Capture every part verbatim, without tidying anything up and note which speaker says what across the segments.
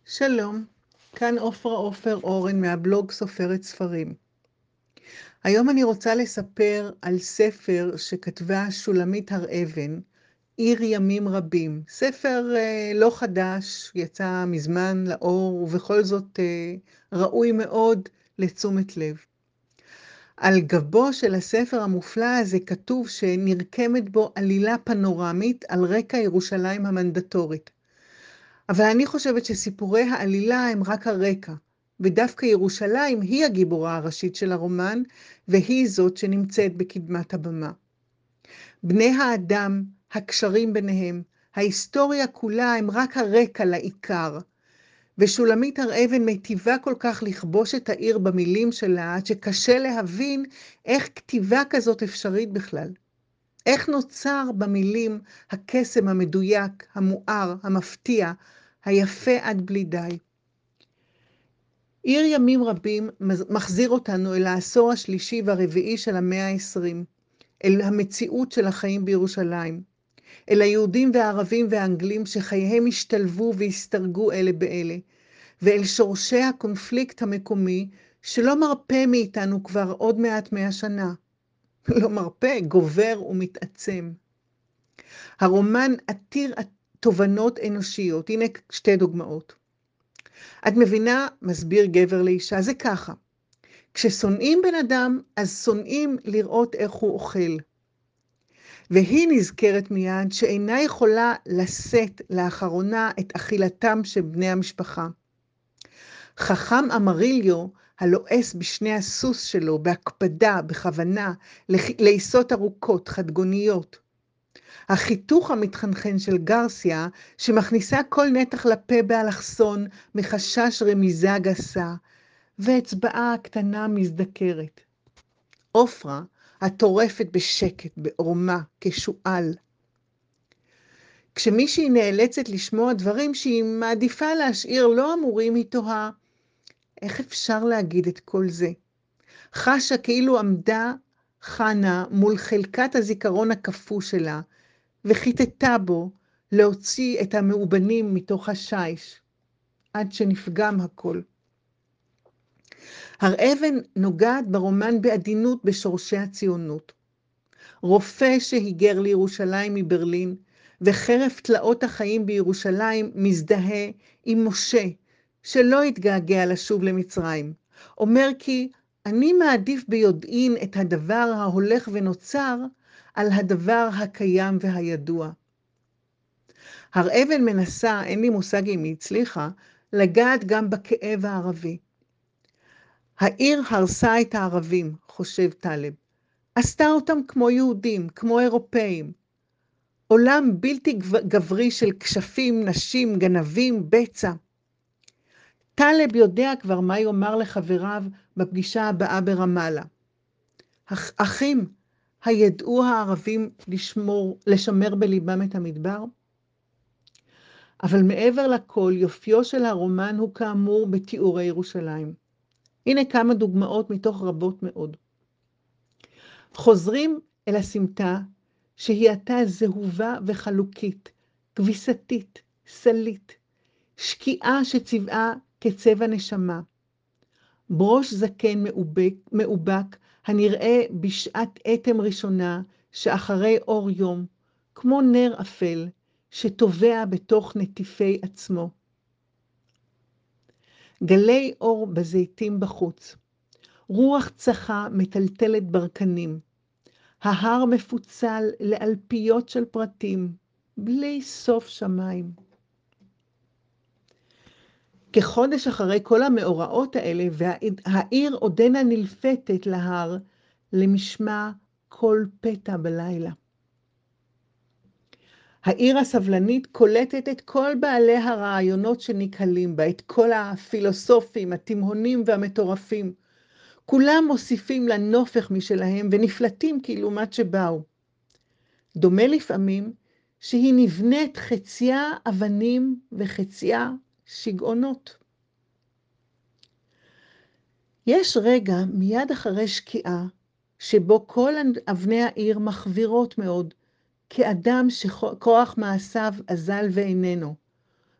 Speaker 1: שלום, כאן עופרה עופר אורן מהבלוג סופרת ספרים. היום אני רוצה לספר על ספר שכתבה שולמית הר אבן, עיר ימים רבים. ספר אה, לא חדש, יצא מזמן לאור, ובכל זאת אה, ראוי מאוד לתשומת לב. על גבו של הספר המופלא הזה כתוב שנרקמת בו עלילה פנורמית על רקע ירושלים המנדטורית. אבל אני חושבת שסיפורי העלילה הם רק הרקע, ודווקא ירושלים היא הגיבורה הראשית של הרומן, והיא זאת שנמצאת בקדמת הבמה. בני האדם, הקשרים ביניהם, ההיסטוריה כולה הם רק הרקע לעיקר, ושולמית הר אבן מיטיבה כל כך לכבוש את העיר במילים שלה, עד שקשה להבין איך כתיבה כזאת אפשרית בכלל. איך נוצר במילים הקסם המדויק, המואר, המפתיע, היפה עד בלי די. עיר ימים רבים מחזיר אותנו אל העשור השלישי והרביעי של המאה ה-עשרים, אל המציאות של החיים בירושלים, אל היהודים והערבים והאנגלים שחייהם השתלבו והסתרגו אלה באלה, ואל שורשי הקונפליקט המקומי שלא מרפא מאיתנו כבר עוד מעט מאה שנה. לא מרפא, גובר ומתעצם. הרומן עתיר תובנות אנושיות. הנה שתי דוגמאות. את מבינה, מסביר גבר לאישה, זה ככה. כששונאים בן אדם, אז שונאים לראות איך הוא אוכל. והיא נזכרת מיד שאינה יכולה לשאת לאחרונה את אכילתם של בני המשפחה. חכם אמריליו, הלועס בשני הסוס שלו, בהקפדה, בכוונה, לעיסות ארוכות, חדגוניות. החיתוך המתחנחן של גרסיה, שמכניסה כל נתח לפה באלכסון מחשש רמיזה גסה, ואצבעה הקטנה מזדקרת. עופרה, הטורפת בשקט, בעורמה, כשואל. כשמישהי נאלצת לשמוע דברים שהיא מעדיפה להשאיר לא אמורים, היא תוהה, איך אפשר להגיד את כל זה? חשה כאילו עמדה חנה מול חלקת הזיכרון הקפוא שלה, וחיטטה בו להוציא את המאובנים מתוך השיש, עד שנפגם הכל. הר אבן נוגעת ברומן בעדינות בשורשי הציונות. רופא שהיגר לירושלים מברלין, וחרף תלאות החיים בירושלים מזדהה עם משה, שלא התגעגע לשוב למצרים. אומר כי אני מעדיף ביודעין את הדבר ההולך ונוצר, על הדבר הקיים והידוע. הר אבן מנסה, אין לי מושג אם היא הצליחה, לגעת גם בכאב הערבי. העיר הרסה את הערבים, חושב טלב. עשתה אותם כמו יהודים, כמו אירופאים. עולם בלתי גברי של כשפים, נשים, גנבים, בצע. טלב יודע כבר מה יאמר לחבריו בפגישה הבאה ברמאללה. אחים, הידעו הערבים לשמור, לשמר בליבם את המדבר? אבל מעבר לכל, יופיו של הרומן הוא כאמור בתיאורי ירושלים. הנה כמה דוגמאות מתוך רבות מאוד. חוזרים אל הסמטה שהיא עתה זהובה וחלוקית, כביסתית, סלית, שקיעה שצבעה כצבע נשמה. ברוש זקן מאובק, מאובק הנראה בשעת אתם ראשונה שאחרי אור יום, כמו נר אפל שטובע בתוך נטיפי עצמו. גלי אור בזיתים בחוץ, רוח צחה מטלטלת ברקנים, ההר מפוצל לאלפיות של פרטים, בלי סוף שמיים. כחודש אחרי כל המאורעות האלה, והעיר עודנה נלפתת להר, למשמע כל פתע בלילה. העיר הסבלנית קולטת את כל בעלי הרעיונות שנקהלים בה, את כל הפילוסופים, התימהונים והמטורפים. כולם מוסיפים לנופך משלהם ונפלטים כלעומת שבאו. דומה לפעמים שהיא נבנית חציה אבנים וחציה שגעונות. יש רגע מיד אחרי שקיעה, שבו כל אבני העיר מחבירות מאוד, כאדם שכוח מעשיו אזל ואיננו,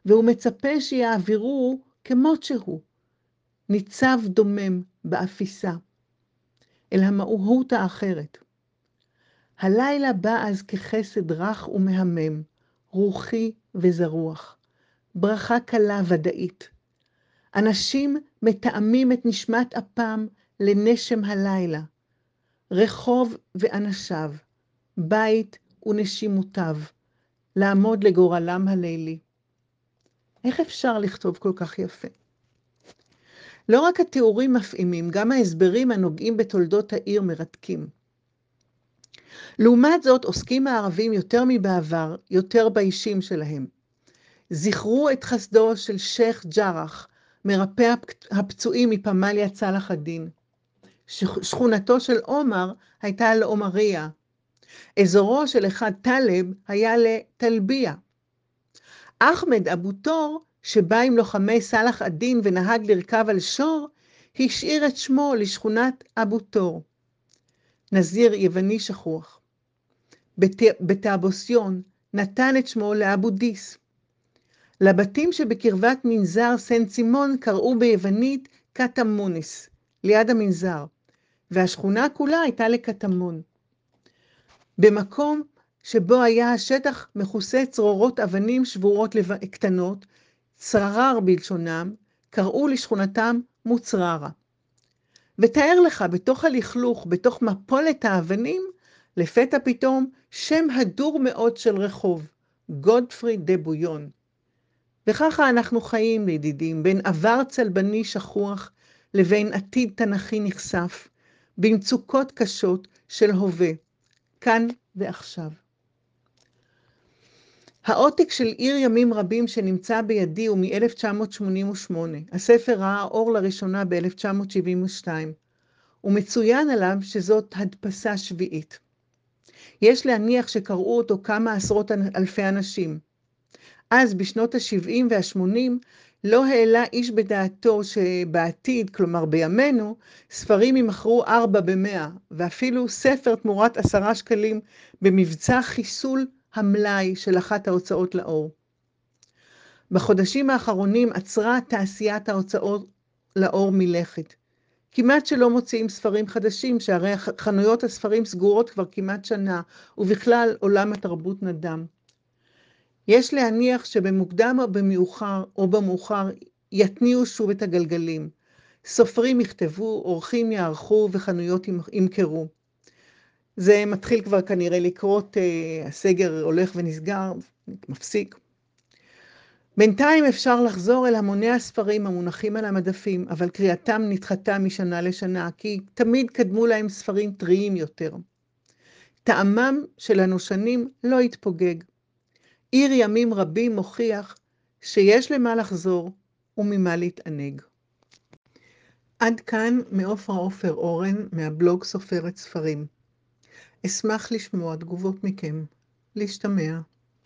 Speaker 1: והוא מצפה שיעבירו כמות שהוא, ניצב דומם באפיסה, אל המהות האחרת. הלילה בא אז כחסד רך ומהמם, רוחי וזרוח, ברכה קלה ודאית. אנשים מתאמים את נשמת אפם לנשם הלילה, רחוב ואנשיו, בית ונשימותיו, לעמוד לגורלם הלילי. איך אפשר לכתוב כל כך יפה? לא רק התיאורים מפעימים, גם ההסברים הנוגעים בתולדות העיר מרתקים. לעומת זאת, עוסקים הערבים יותר מבעבר, יותר באישים שלהם. זכרו את חסדו של שייח ג'רח, מרפא הפצועים מפמליה צלח א-דין. שכונתו של עומר הייתה לעומריה. אזורו של אחד טלב היה לטלביה. אחמד אבו תור, שבא עם לוחמי סלח א-דין ונהג לרכב על שור, השאיר את שמו לשכונת אבו תור. נזיר יווני שכוח. בתאבוסיון נתן את שמו לאבו דיס. לבתים שבקרבת מנזר סן צימון קראו ביוונית קטמוניס, ליד המנזר, והשכונה כולה הייתה לקטמון. במקום שבו היה השטח מכוסה צרורות אבנים שבורות קטנות, צרר בלשונם, קראו לשכונתם מוצררה. ותאר לך, בתוך הלכלוך, בתוך מפולת האבנים, לפתע פתאום שם הדור מאוד של רחוב, גודפרי דה בויון. וככה אנחנו חיים, לידידים, בין עבר צלבני שכוח לבין עתיד תנכי נחשף, במצוקות קשות של הווה, כאן ועכשיו. העותק של עיר ימים רבים שנמצא בידי הוא מ-אלף תשע מאות שמונים ושמונה. הספר ראה אור לראשונה ב-אלף תשע מאות שבעים ושתיים. ומצוין עליו שזאת הדפסה שביעית. יש להניח שקראו אותו כמה עשרות אלפי אנשים. אז בשנות ה-שבעים וה-שמונים לא העלה איש בדעתו שבעתיד, כלומר בימינו, ספרים ימכרו ארבע במאה, ואפילו ספר תמורת עשרה שקלים במבצע חיסול המלאי של אחת ההוצאות לאור. בחודשים האחרונים עצרה תעשיית ההוצאות לאור מלכת. כמעט שלא מוציאים ספרים חדשים, שהרי חנויות הספרים סגורות כבר כמעט שנה, ובכלל עולם התרבות נדם. יש להניח שבמוקדם או במאוחר, או במאוחר יתניעו שוב את הגלגלים. סופרים יכתבו, עורכים יערכו וחנויות ימכרו. זה מתחיל כבר כנראה לקרות, אה, הסגר הולך ונסגר, מפסיק. בינתיים אפשר לחזור אל המוני הספרים המונחים על המדפים, אבל קריאתם נדחתה משנה לשנה, כי תמיד קדמו להם ספרים טריים יותר. טעמם של הנושנים לא התפוגג. עיר ימים רבים מוכיח שיש למה לחזור וממה להתענג. עד כאן מעופרה עופר אורן מהבלוג סופרת ספרים. אשמח לשמוע תגובות מכם. להשתמע.